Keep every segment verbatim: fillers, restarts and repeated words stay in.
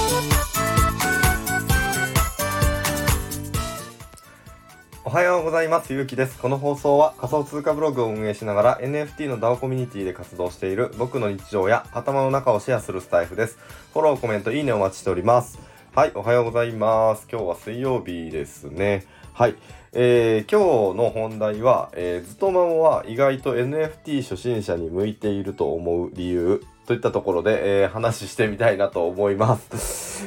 おはようございます。ゆうきです。この放送は仮想通貨ブログを運営しながら エヌエフティー の ダオ コミュニティで活動している僕の日常や頭の中をシェアするスタイフです。フォロー、コメント、いいねお待ちしております。はい、おはようございます。今日は水曜日ですね。はい、えー、今日の本題は、えー、ずとまもは意外と エヌエフティー 初心者に向いていると思う理由といったところで、えー、話してみたいなと思います。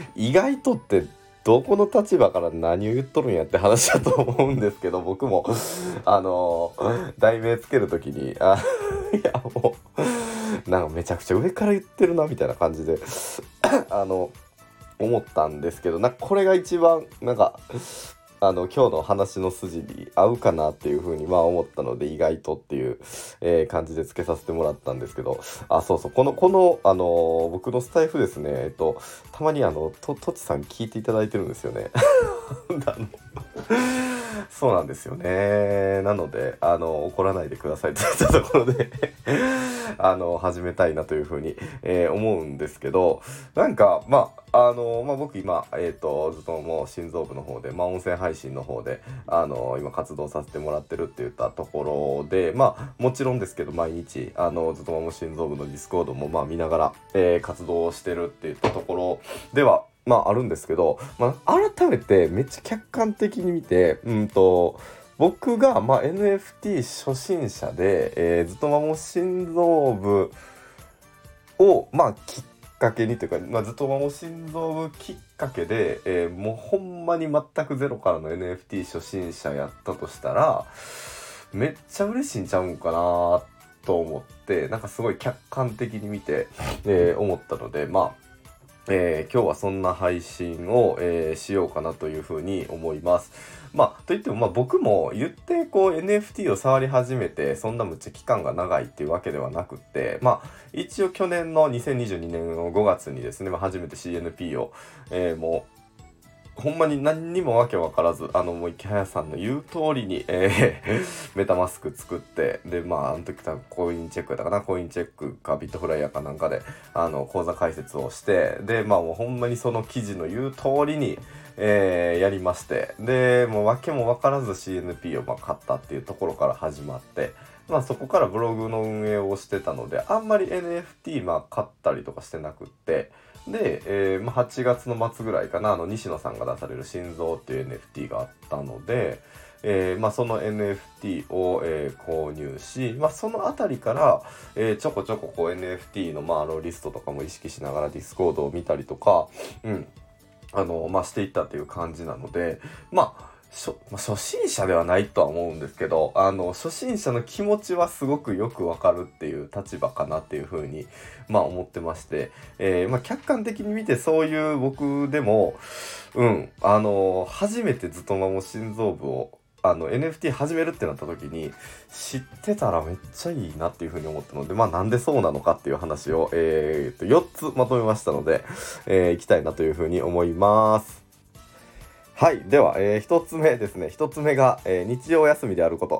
意外とってどこの立場から何を言っとるんやって話だと思うんですけど、僕もあのー、題名つけるときにあいやもうなんかめちゃくちゃ上から言ってるなみたいな感じであの思ったんですけど、なんかこれが一番なんかあの今日の話の筋に合うかなっていう風にまあ思ったので、意外とっていう、えー、感じでつけさせてもらったんですけど、あ、そうそう、このこのあのー、僕のスタイフですね、えっとたまにあのととちさん聞いていただいてるんですよね。あのそうなんですよね。なのであの怒らないでくださいといったところであの始めたいなというふうに、えー、思うんですけど、なんかまああのまあ僕今えっ、ー、とずっともう心臓部の方でまあ音声配信の方であの今活動させてもらってるって言ったところで、まあもちろんですけど毎日あのずっとも心臓部のディスコードもまあ見ながら、えー、活動をしてるって言ったところではまああるんですけど、まあ、改めてめっちゃ客観的に見て、うんと僕が、まあ、エヌエフティー 初心者で、えー、ずっとまも心臓部を、まあ、きっかけにというか、まあ、ずっとまも心臓部きっかけで、えー、もうほんまに全くゼロからの エヌエフティー 初心者やったとしたらめっちゃ嬉しいんちゃうんかなと思って、なんかすごい客観的に見て、えー、思ったので、まあえー、今日はそんな配信を、えー、しようかなというふうに思います。まあといっても、まあ、僕も言ってこう エヌエフティー を触り始めてそんなむっちゃ期間が長いっていうわけではなくって、まあ一応去年のにせんにじゅうにねんのごがつにですね、まあ、初めて シーエヌピー を、えー、もうほんまに何にもわけわからず、あのもう池早さんの言う通りに、えー、メタマスク作って、でまああの時多分コインチェックやったかな、コインチェックかビットフライヤーかなんかであの口座開設をして、でまあもうほんまにその記事の言う通りに、えー、やりまして、でもうわけもわからず シーエヌピー をまあ買ったっていうところから始まって、まあそこからブログの運営をしてたので、あんまり エヌエフティー まあ買ったりとかしてなくって、で、えーまあ、はちがつの末ぐらいかな、あの西野さんが出される心臓っていう エヌエフティー があったので、えーまあ、その エヌエフティー を、えー購入し、まあ、そのあたりから、えーちょこちょここう エヌエフティー の、まあ、あのリストとかも意識しながらディスコードを見たりとか、うんあのまあ、していったという感じなので、まあ初, 初心者ではないとは思うんですけど、あの初心者の気持ちはすごくよくわかるっていう立場かなっていうふうに、まあ、思ってまして、えーまあ、客観的に見てそういう僕でも、うん、あの初めてずっとまも心臓部をあの エヌエフティー 始めるってなった時に知ってたらめっちゃいいなっていうふうに思ったので、まあなんでそうなのかっていう話を、えー、とよっつまとめましたので、えー、いきたいなというふうに思います。はい。では、えー、一つ目ですね。一つ目が、えー、日曜休みであること。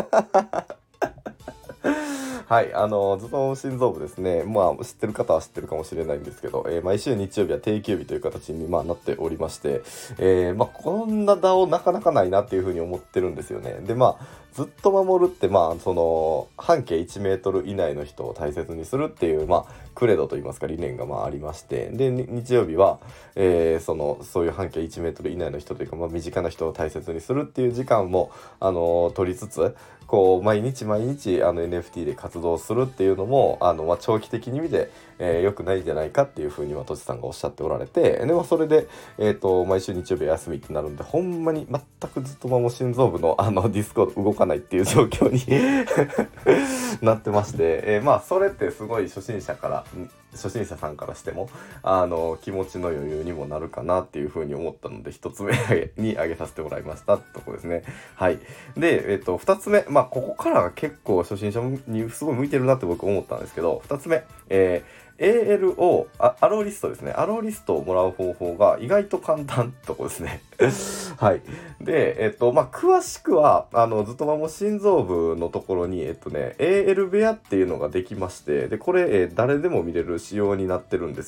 はい。あの、ずっと心臓部ですね。まあ、知ってる方は知ってるかもしれないんですけど、えー、毎週日曜日は定休日という形に、まあ、なっておりまして、えー、まあ、こんなダオなかなかないなっていうふうに思ってるんですよね。で、まあ、ずっと守るって、まあ、その、半径いちメートル以内の人を大切にするっていう、まあ、クレドといいますか、理念がまあありまして、で、日曜日は、えー、その、そういう半径いちメートル以内の人というか、まあ、身近な人を大切にするっていう時間も、あのー、取りつつ、こう毎日毎日あの エヌエフティー で活動するっていうのもあの、まあ、長期的に見て、えー、良くないんじゃないかっていうふうにはとちさんがおっしゃっておられて、でもそれで、えー、と毎週日曜日休みってなるんで、ほんまに全くずっとまも心臓部のあのディスコード動かないっていう状況になってまして、えー、まあそれってすごい初心者から初心者さんからしてもあの気持ちの余裕にもなるかなっていうふうに思ったので、一つ目に挙げさせてもらいましたってとこですね。はい。で、えっと二つ目、まあここからが結構初心者にすごい向いてるなって僕思ったんですけど、二つ目、えー エーエルオー あアローリストですね。アローリストをもらう方法が意外と簡単ってとこですね。はい。で、えっと、まあ、詳しくは、あの、ずっとまも心臓部のところに、えっとね、エーエル 部屋っていうのができまして、で、これ、えー誰でも見れる仕様になってるんですよ。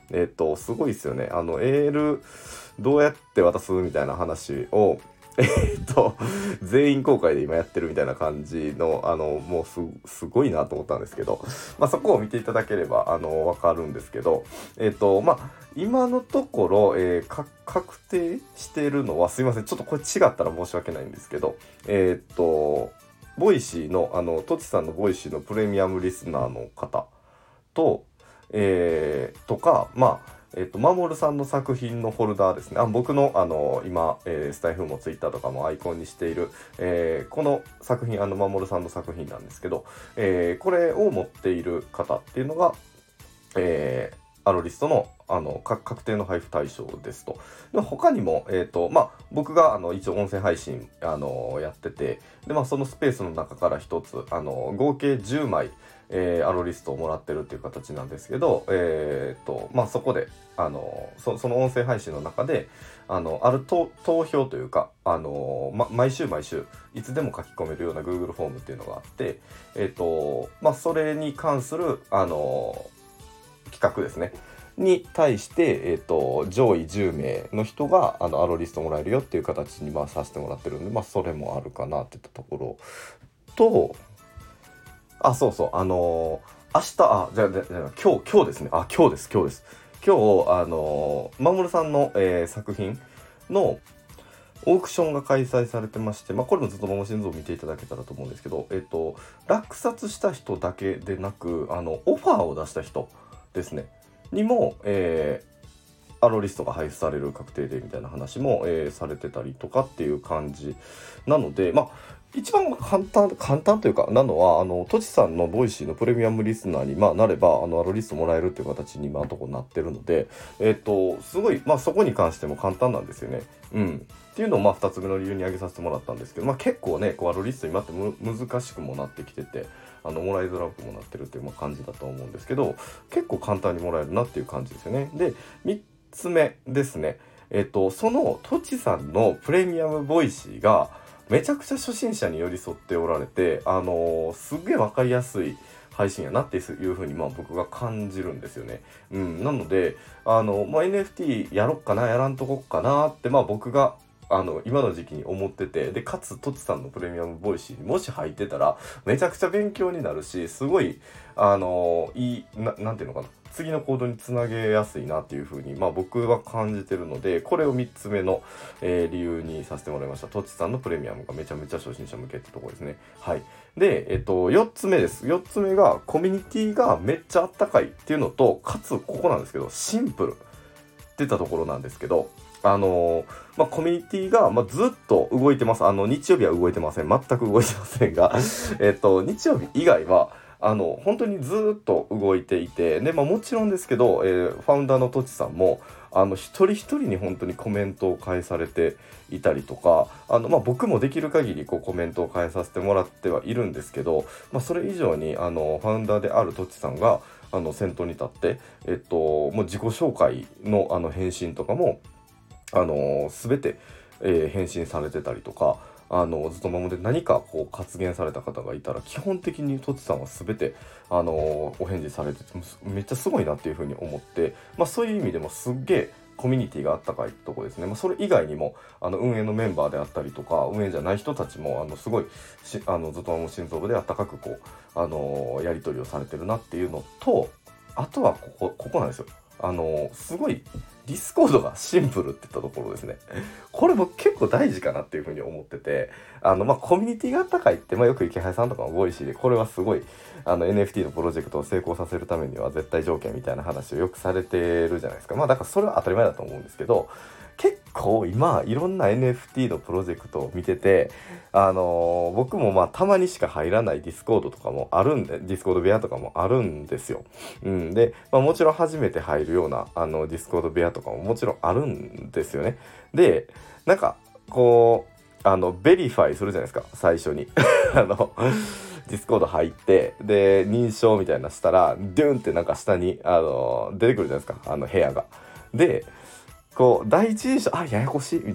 えっとすごいですよね。あのエールどうやって渡すみたいな話をえっと全員公開で今やってるみたいな感じの、あのもう す, すごいなと思ったんですけど、まあ、そこを見ていただければあの分かるんですけど、えっとまあ今のところ、えー、か確定しているのは、すいませんちょっとこれ違ったら申し訳ないんですけど、えっとボイシーのあのとちさんのボイシーのプレミアムリスナーの方と、えー、とかまあえっと、マモルさんの作品のフォルダーですね。あ僕の、あの今、えー、スタイフもツイッターとかもアイコンにしている、えー、この作品、あのマモルさんの作品なんですけど、えー、これを持っている方っていうのが、えー、アロリストの、あの確定の配布対象ですと。で他にも、えーとまあ、僕があの一応音声配信、あのやってて、で、まあ、そのスペースの中から一つ、あの合計じゅうまい、えー、アロリストをもらってるっていう形なんですけど、えーとまあ、そこであの そ, その音声配信の中であのある投票というか、あの、ま、毎週毎週いつでも書き込めるような Google フォームっていうのがあって、えーとまあ、それに関するあの企画ですねに対して、えーと、上位じゅうめいの人があのアロリストもらえるよっていう形に、まあ、させてもらってるんで、まあ、それもあるかなっていったところと、あ、そうそう、あのー、明日、あ、じゃあ、じゃあ今日、今日ですね。あ、今日です、今日です。今日、あのー、まもるさんの、えー、作品のオークションが開催されてまして、まあ、これもずっとまも心臓を見ていただけたらと思うんですけど、えっと、落札した人だけでなく、あの、オファーを出した人ですね、にも、えー、アロリストが配布される確定でみたいな話も、えー、されてたりとかっていう感じなので、まあ一番簡単簡単というかなのは、あのとちさんのボイシーのプレミアムリスナーに、まあ、なればあのアロリストもらえるっていう形に今のところなってるので、えっとすごい、まあ、そこに関しても簡単なんですよね。うん、っていうのをまあふたつめの理由に挙げさせてもらったんですけど、まあ、結構ねこうアロリスト今ってむ難しくもなってきてて、あのもらいづらくもなってるっていうまあ感じだと思うんですけど、結構簡単にもらえるなっていう感じですよね。でみっつめですね、えっとそのとちさんのプレミアムボイシーがめちゃくちゃ初心者に寄り添っておられて、あのー、すっげえ分かりやすい配信やなっていう風にまあ僕が感じるんですよね。うん、なのであの、まあ、エヌエフティー やろっかなやらんとこっかなってまあ僕があの今の時期に思ってて、でかつとちさんのプレミアムボイシーにもし入ってたらめちゃくちゃ勉強になるし、すごいあのー、いいな、なんていうのかな、次の行動につなげやすいなっていう風にまあ僕は感じてるので、これをみっつめの、えー、理由にさせてもらいました。とちさんのプレミアムがめちゃめちゃ初心者向けってところですね。はい。で、えっとよっつめです。よっつめがコミュニティがめっちゃあったかいっていうのと、かつここなんですけどシンプルっていったところなんですけど、あのーまあ、コミュニティが、まあ、ずっと動いてます。あの日曜日は動いてません。全く動いてませんがえっと日曜日以外はあの本当にずっと動いていて、で、まあ、もちろんですけど、えー、ファウンダーのとちさんもあの一人一人に本当にコメントを返されていたりとか、あの、まあ、僕もできる限りこうコメントを返させてもらってはいるんですけど、まあ、それ以上にあのファウンダーであるとちさんがあの先頭に立って、えっと、もう自己紹介のあの返信とかもあのー、全て、えー、返信されてたりとか、あのずっとまもで何かこう発言された方がいたら基本的にとちさんは全て、あのー、お返事されててめっちゃすごいなっていうふうに思って、まあ、そういう意味でもすっげえコミュニティがあったかいとこですね。まあ、それ以外にもあの運営のメンバーであったりとか運営じゃない人たちもあのすごいしあのずっとまも心臓部であったかくこう、あのー、やり取りをされてるなっていうのと、あとはここここなんですよ。あのー、すごいディスコードがシンプルっていったところですね。これも結構大事かなっていうふうに思ってて、あのまあコミュニティがあったかいって、まあ、よく池原さんとかもボイシーでこれはすごいあの エヌエフティー のプロジェクトを成功させるためには絶対条件みたいな話をよくされてるじゃないですか。まあだからそれは当たり前だと思うんですけど、結構今いろんな エヌエフティー のプロジェクトを見てて、あのー、僕もまあたまにしか入らないディスコードとかもあるんで、ディスコード部屋とかもあるんですよ。うん、で、まあ、もちろん初めて入るようなあのディスコード部屋とかももちろんあるんですよね。で、なんかこうあのベリファイするじゃないですか、最初にあのディスコード入ってで認証みたいなしたらデュンってなんか下にあの出てくるじゃないですか、あの部屋が。でこう第一印象あややこしいみたいな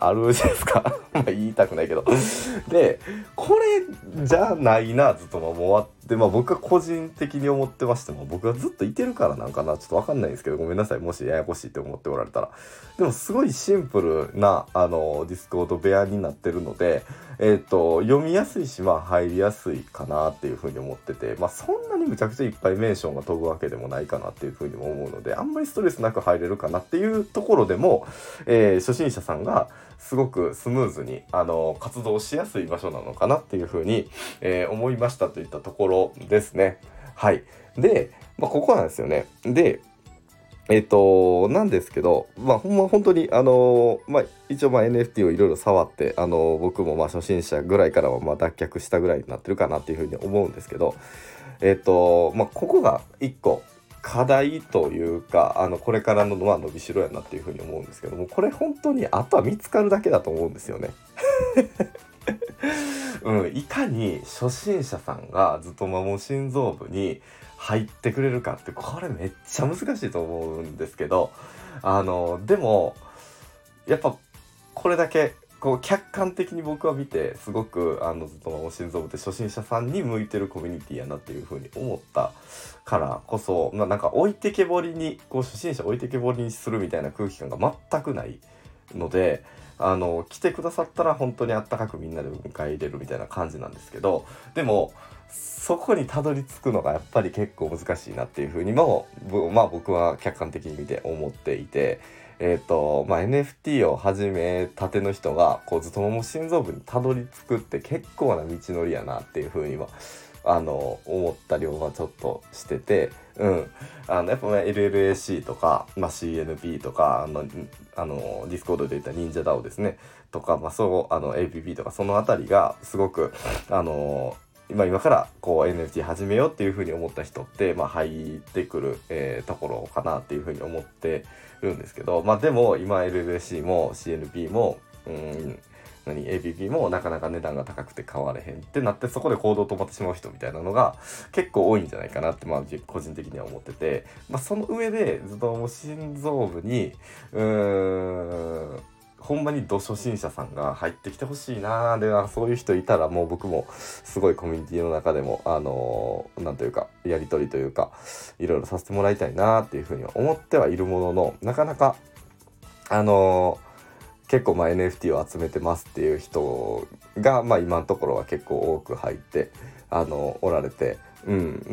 あるじゃないですかまあ言いたくないけどでこれじゃないなずっともう終わって、まあ僕は個人的に思ってましても、僕はずっといてるからなんかな、ちょっとわかんないんですけど、ごめんなさいもしややこしいって思っておられたら。でもすごいシンプルなあのディスコード部屋になってるので、えっと読みやすいし、まあ入りやすいかなっていうふうに思ってて、まあそんなにむちゃくちゃいっぱいメンションが飛ぶわけでもないかなっていうふうにも思うので、あんまりストレスなく入れるかなっていうところでも、えー、初心者さんがすごくスムーズにあの活動しやすい場所なのかなっていうふうに、えー、思いましたといったところですね。はい。で、まあ、ここなんですよね。で、えっと、なんですけど、まあ、ほんま本当に、あのまあ、一応、まあ、エヌエフティー をいろいろ触って、あの僕も、まあ、初心者ぐらいからは、まあ、脱却したぐらいになってるかなっていうふうに思うんですけど、えっと、まあ、ここが一個、課題というか、あの、これからの、まあ、伸びしろやなっていうふうに思うんですけども、これ本当に、あとは見つかるだけだと思うんですよね。うん、いかに初心者さんがずっとも心臓部に入ってくれるかって、これめっちゃ難しいと思うんですけど、あのでもやっぱこれだけこう客観的に僕は見て、すごくあのずっとも心臓部って初心者さんに向いてるコミュニティやなっていう風に思ったからこそ、まあ、なんか置いてけぼりにこう初心者置いてけぼりにするみたいな空気感が全くないので、あの来てくださったら本当にあったかくみんなで迎え入れるみたいな感じなんですけど、でもそこにたどり着くのがやっぱり結構難しいなっていうふうにも、まあ僕は客観的に見て思っていて、えっとまあ エヌエフティー を始めたての人がこうずっとも心臓部にたどり着くって結構な道のりやなっていうふうにはあの思ったりはちょっとしてて、うん、あのやっぱ、ね、エルエルエーシー とか、まあ、シーエヌピー とかあのあのディスコードで言った忍者ダオですねとか、まあ、そうあの エーピーピー とかそのあたりがすごくあの今今からこう エヌエフティー 始めようっていう風に思った人って、まあ、入ってくる、えー、ところかなっていう風に思ってるんですけど、まあでも今 エルエルエーシー も シーエヌピー もうん何 エーピーピー もなかなか値段が高くて買われへんってなって、そこで行動止まってしまう人みたいなのが結構多いんじゃないかなって、まあ個人的には思ってて、まあその上でずっともう心臓部にうーんほんまにど初心者さんが入ってきてほしいなで、そういう人いたらもう僕もすごいコミュニティの中でもあのー、なんというかやり取りというかいろいろさせてもらいたいなっていうふうに思ってはいるものの、なかなかあのー結構まあ エヌエフティー を集めてますっていう人が、まあ、今のところは結構多く入ってあのおられて、うん、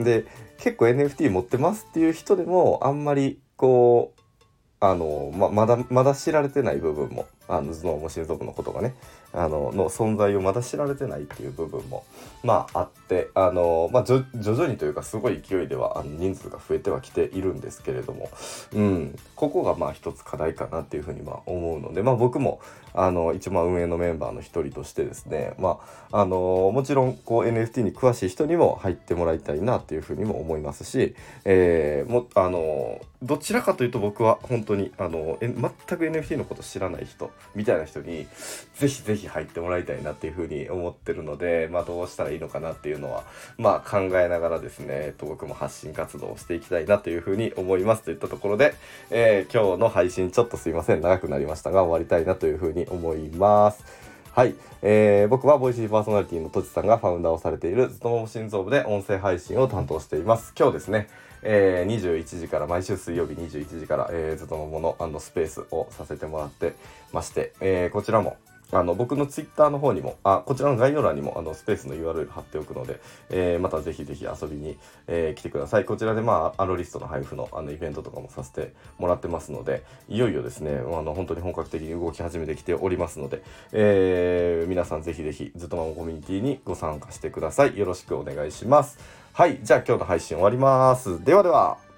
で結構 エヌエフティー 持ってますっていう人でもあんまりこうあの、ま、まだまだ知られてない部分もあの頭脳も心臓部のことがねあのの存在をまだ知られてないっていう部分もまああってあの、まあ、徐々にというかすごい勢いではあの人数が増えてはきているんですけれども、うん、ここがまあ一つ課題かなっていうふうにまあ思うので、まあ、僕もあの一応まあ運営のメンバーの一人としてですね、まあ、あのもちろんこう エヌエフティー に詳しい人にも入ってもらいたいなっていうふうにも思いますし、えー、もあのどちらかというと僕は本当にあのえ全く エヌエフティー のこと知らない人みたいな人にぜひぜひ入ってもらいたいなっていうふうに思ってるので、まあ、どうしたらいいのかなっていうのは、まあ、考えながらですね、えっと、僕も発信活動をしていきたいなというふうに思いますといったところで、えー、今日の配信ちょっとすいません長くなりましたが終わりたいなというふうに思います。はい、えー、僕はボイシーパーソナリティのとちさんがファウンダーをされているずともも心臓部で音声配信を担当しています。今日ですねえー、にじゅういちじから毎週水曜日にじゅういちじから、えー、ずともものあのスペースをさせてもらってまして、えー、こちらもあの僕のツイッターの方にもあこちらの概要欄にもあのスペースの ユーアールエル 貼っておくので、えー、またぜひぜひ遊びに、えー、来てください。こちらでまあアロリストの配布のあのイベントとかもさせてもらってますので、いよいよですねあの本当に本格的に動き始めてきておりますので、えー、皆さんぜひぜひずっとまもコミュニティにご参加してください。よろしくお願いします。はい、じゃあ今日の配信終わります。ではでは。